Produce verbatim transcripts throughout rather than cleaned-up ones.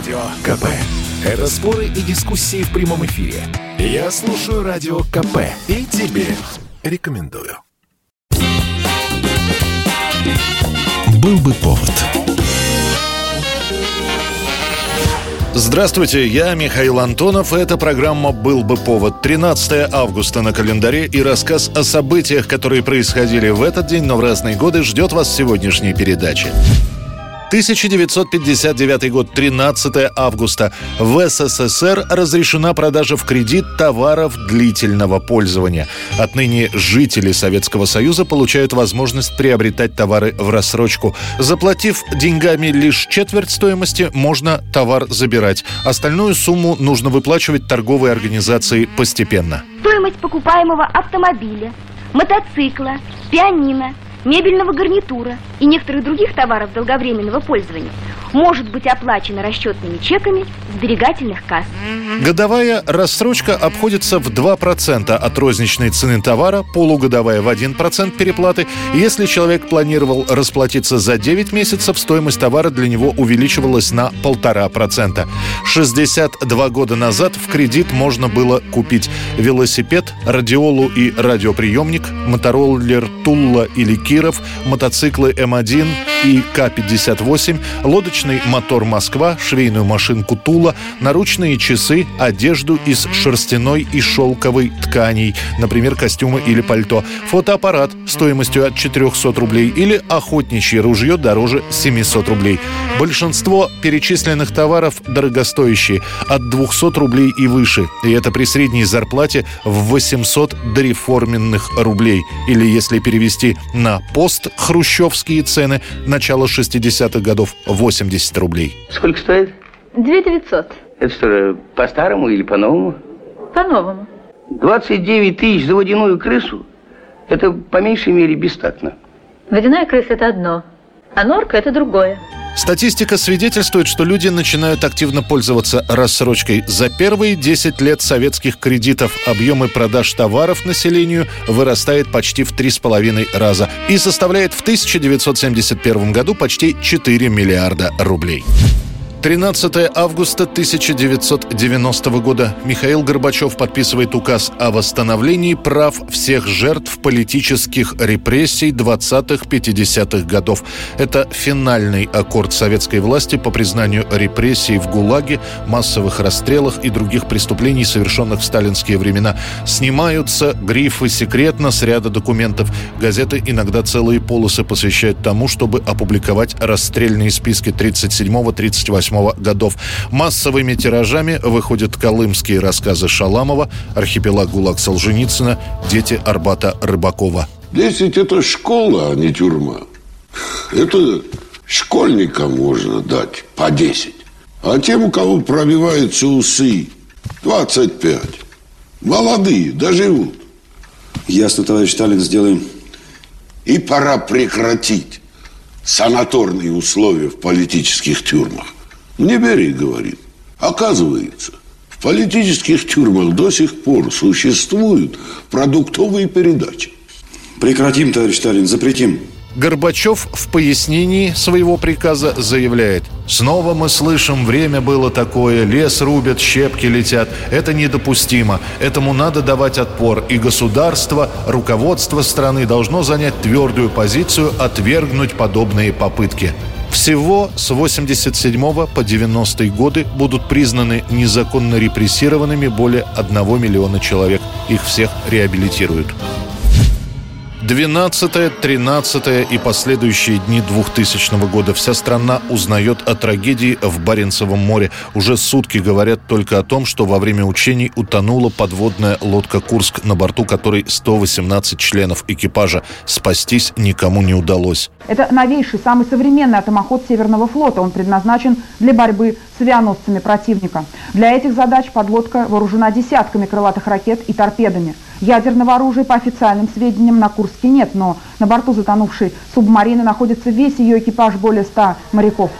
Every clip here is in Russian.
Радио КП. Это споры и дискуссии в прямом эфире. Я слушаю Радио КП и тебе рекомендую. Был бы повод. Здравствуйте, я Михаил Антонов, и эта программа «Был бы повод». тринадцатое августа на календаре, и рассказ о событиях, которые происходили в этот день, но в разные годы, ждет вас в сегодняшней передаче. тысяча девятьсот пятьдесят девятый год, тринадцатое августа. В СССР разрешена продажа в кредит товаров длительного пользования. Отныне жители Советского Союза получают возможность приобретать товары в рассрочку. Заплатив деньгами лишь четверть стоимости, можно товар забирать. Остальную сумму нужно выплачивать торговой организации постепенно. Стоимость покупаемого автомобиля, мотоцикла, пианино, мебельного гарнитура и некоторых других товаров долговременного пользования может быть оплачена расчетными чеками сберегательных касс. Годовая рассрочка обходится в два процента от розничной цены товара, полугодовая в один процент переплаты. Если человек планировал расплатиться за девять месяцев, стоимость товара для него увеличивалась на полтора процента. шестьдесят два года назад в кредит можно было купить велосипед, радиолу и радиоприемник, мотороллер Тула или Киров, мотоциклы эм один и ка пятьдесят восемь, лодочный мотор «Москва», швейную машинку «Тула», наручные часы, одежду из шерстяной и шелковой тканей, например, костюмы или пальто, фотоаппарат стоимостью от четырехсот рублей или охотничье ружье дороже семисот рублей. Большинство перечисленных товаров дорогостоящие, от двухсот рублей и выше, и это при средней зарплате в восемьсот дореформенных рублей, или если перевести на постхрущевские цены начала шестидесятых годов, восемьдесят рублей. Сколько стоит? Две девятьсот. Это что, по-старому или по-новому? По-новому. двадцать девять тысяч за водяную крысу? Это по меньшей мере бестактно. Водяная крыса – это одно, а норка – это другое. Статистика свидетельствует, что люди начинают активно пользоваться рассрочкой. За первые десять лет советских кредитов объемы продаж товаров населению вырастает почти в три с половиной раза и составляет в тысяча девятьсот семьдесят первом году почти четыре миллиарда рублей. тринадцатое августа тысяча девятьсот девяностого года. Михаил Горбачев подписывает указ о восстановлении прав всех жертв политических репрессий двадцатых-пятидесятых годов. Это финальный аккорд советской власти по признанию репрессий в ГУЛАГе, массовых расстрелах и других преступлений, совершенных в сталинские времена. Снимаются грифы «секретно» с ряда документов. Газеты иногда целые полосы посвящают тому, чтобы опубликовать расстрельные списки тридцать седьмого — тридцать восьмого годов. Массовыми тиражами выходят колымские рассказы Шаламова, архипелаг ГУЛАГ Солженицына, дети Арбата Рыбакова. Десять – это школа, а не тюрьма. Это школьникам можно дать по десять. А тем, у кого пробиваются усы, двадцать пять. Молодые, доживут. Ясно, товарищ Сталин, сделаем. И пора прекратить санаторные условия в политических тюрьмах. Не бери, говорит. Оказывается, в политических тюрьмах до сих пор существуют продуктовые передачи. Прекратим, товарищ Сталин, запретим. Горбачев в пояснении своего приказа заявляет: «Снова мы слышим, время было такое, лес рубят, щепки летят. Это недопустимо. Этому надо давать отпор. И государство, руководство страны должно занять твердую позицию, отвергнуть подобные попытки». Всего с восемьдесят седьмого по девяностые годы будут признаны незаконно репрессированными более одного миллиона человек. Их всех реабилитируют. двенадцатое, тринадцатое и последующие дни двухтысячного года. Вся страна узнает о трагедии в Баренцевом море. Уже сутки говорят только о том, что во время учений утонула подводная лодка «Курск», на борту которой сто восемнадцать членов экипажа. Спастись никому не удалось. Это новейший, самый современный атомоход Северного флота. Он предназначен для борьбы с авианосцами противника. Для этих задач подлодка вооружена десятками крылатых ракет и торпедами. Ядерного оружия, по официальным сведениям, на Курске нет, но на борту затонувшей субмарины находится весь ее экипаж, более ста моряков.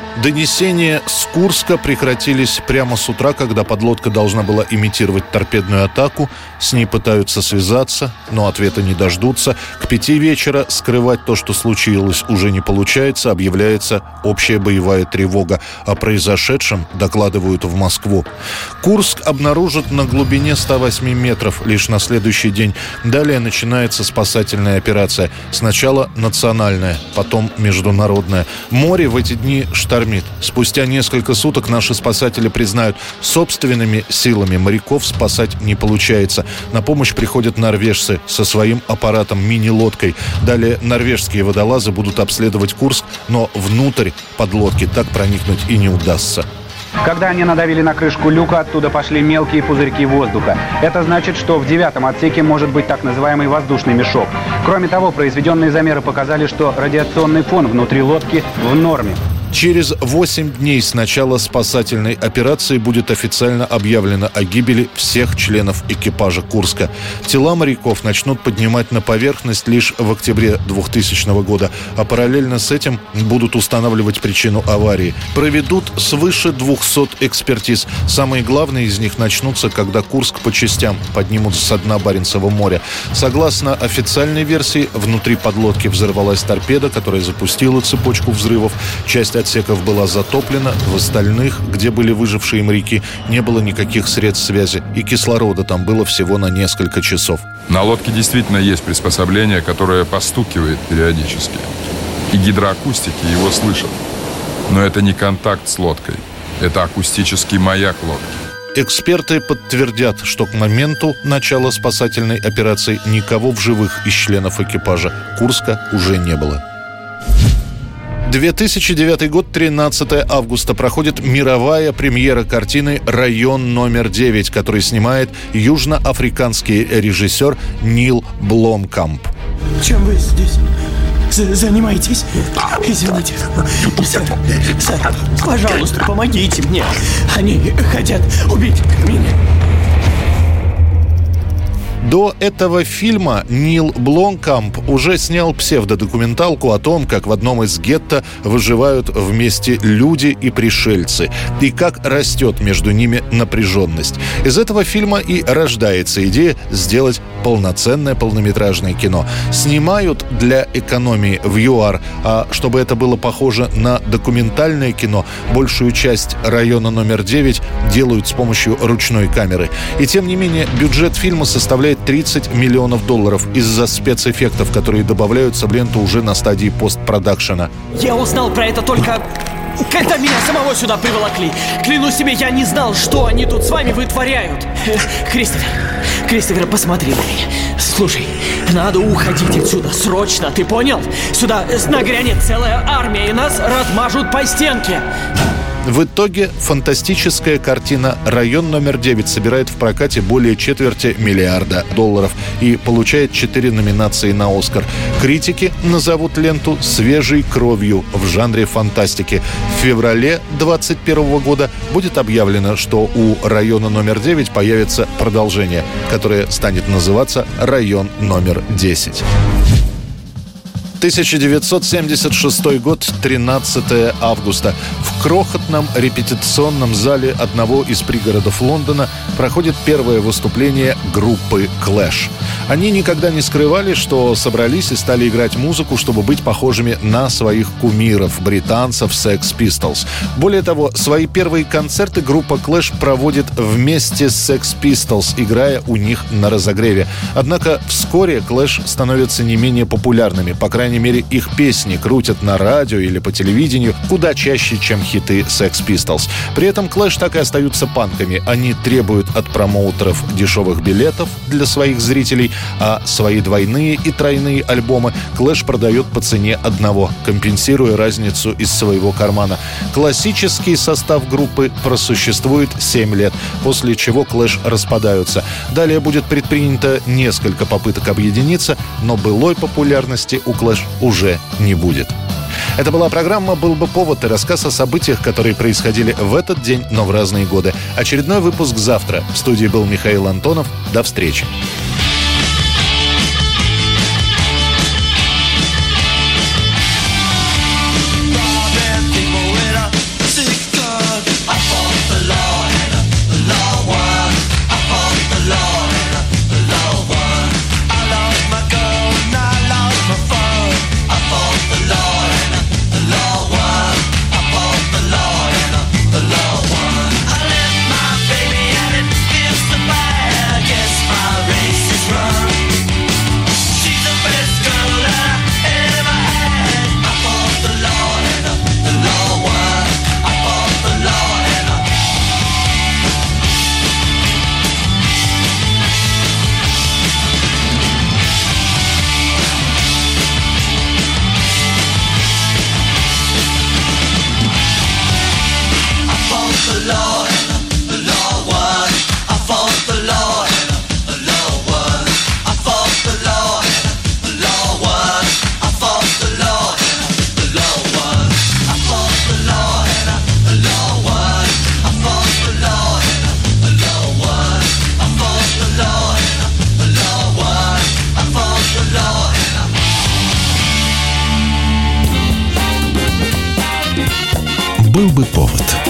Донесения с Курска прекратились прямо с утра, когда подлодка должна была имитировать торпедную атаку. С ней пытаются связаться, но ответа не дождутся. К пяти вечера скрывать то, что случилось, уже не получается. Объявляется общая боевая тревога. О произошедшем докладывают в Москву. Курск обнаружат на глубине ста восьми метров лишь на следующий день. Далее начинается спасательная операция. Сначала национальная, потом международная. Море в эти дни штормит. Спустя несколько суток наши спасатели признают, собственными силами моряков спасать не получается. На помощь приходят норвежцы со своим аппаратом мини-лодкой. Далее норвежские водолазы будут обследовать Курск, но внутрь подлодки так проникнуть и не удастся. Когда они надавили на крышку люка, оттуда пошли мелкие пузырьки воздуха. Это значит, что в девятом отсеке может быть так называемый воздушный мешок. Кроме того, произведенные замеры показали, что радиационный фон внутри лодки в норме. Через восемь дней с начала спасательной операции будет официально объявлено о гибели всех членов экипажа Курска. Тела моряков начнут поднимать на поверхность лишь в октябре двухтысячного года, а параллельно с этим будут устанавливать причину аварии. Проведут свыше двухсот экспертиз. Самые главные из них начнутся, когда Курск по частям поднимут со дна Баренцева моря. Согласно официальной версии, внутри подлодки взорвалась торпеда, которая запустила цепочку взрывов. Часть отсеков была затоплена, в остальных, где были выжившие моряки, не было никаких средств связи, и кислорода там было всего на несколько часов. На лодке действительно есть приспособление, которое постукивает периодически. И гидроакустики его слышат. Но это не контакт с лодкой. Это акустический маяк лодки. Эксперты подтвердят, что к моменту начала спасательной операции никого в живых из членов экипажа Курска уже не было. две тысячи девятый год, тринадцатое августа, проходит мировая премьера картины «Район номер девять», который снимает южноафриканский режиссер Нил Бломкамп. Чем вы здесь занимаетесь? Извините. Сэр, сэр, пожалуйста, помогите мне. Они хотят убить меня. До этого фильма Нил Бломкамп уже снял псевдодокументалку о том, как в одном из гетто выживают вместе люди и пришельцы, и как растет между ними напряженность. Из этого фильма и рождается идея сделать полноценное полнометражное кино. Снимают для экономии в ЮАР, а чтобы это было похоже на документальное кино, большую часть «Района номер девять» делают с помощью ручной камеры. И тем не менее, бюджет фильма составляет тридцать миллионов долларов из-за спецэффектов, которые добавляются в ленту уже на стадии постпродакшена. Я узнал про это только когда меня самого сюда приволокли. Клянусь себе, я не знал, что они тут с вами вытворяют. Кристофер, Кристофер, посмотри на меня. Слушай, надо уходить отсюда срочно, ты понял? Сюда нагрянет целая армия, и нас размажут по стенке. В итоге фантастическая картина «Район номер девять» собирает в прокате более четверти миллиарда долларов и получает четыре номинации на «Оскар». Критики назовут ленту свежей кровью в жанре фантастики. В феврале двадцать первого года будет объявлено, что у «Района номер девять» появится продолжение, которое станет называться «Район номер десять». тысяча девятьсот семьдесят шестой год, тринадцатое августа. В крохотном репетиционном зале одного из пригородов Лондона проходит первое выступление группы Clash. Они никогда не скрывали, что собрались и стали играть музыку, чтобы быть похожими на своих кумиров, британцев Sex Pistols. Более того, свои первые концерты группа Clash проводит вместе с Sex Pistols, играя у них на разогреве. Однако вскоре Clash становятся не менее популярными. По крайней мере, их песни крутят на радио или по телевидению куда чаще, чем хиты Sex Pistols. При этом Clash так и остаются панками. Они требуют от промоутеров дешевых билетов для своих зрителей, а свои двойные и тройные альбомы Clash продает по цене одного, компенсируя разницу из своего кармана. Классический состав группы просуществует семь лет, после чего Clash распадаются. Далее будет предпринято несколько попыток объединиться, но былой популярности у Clash уже не будет. Это была программа «Был бы повод» и рассказ о событиях, которые происходили в этот день, но в разные годы. Очередной выпуск завтра. В студии был Михаил Антонов. До встречи. Был бы повод.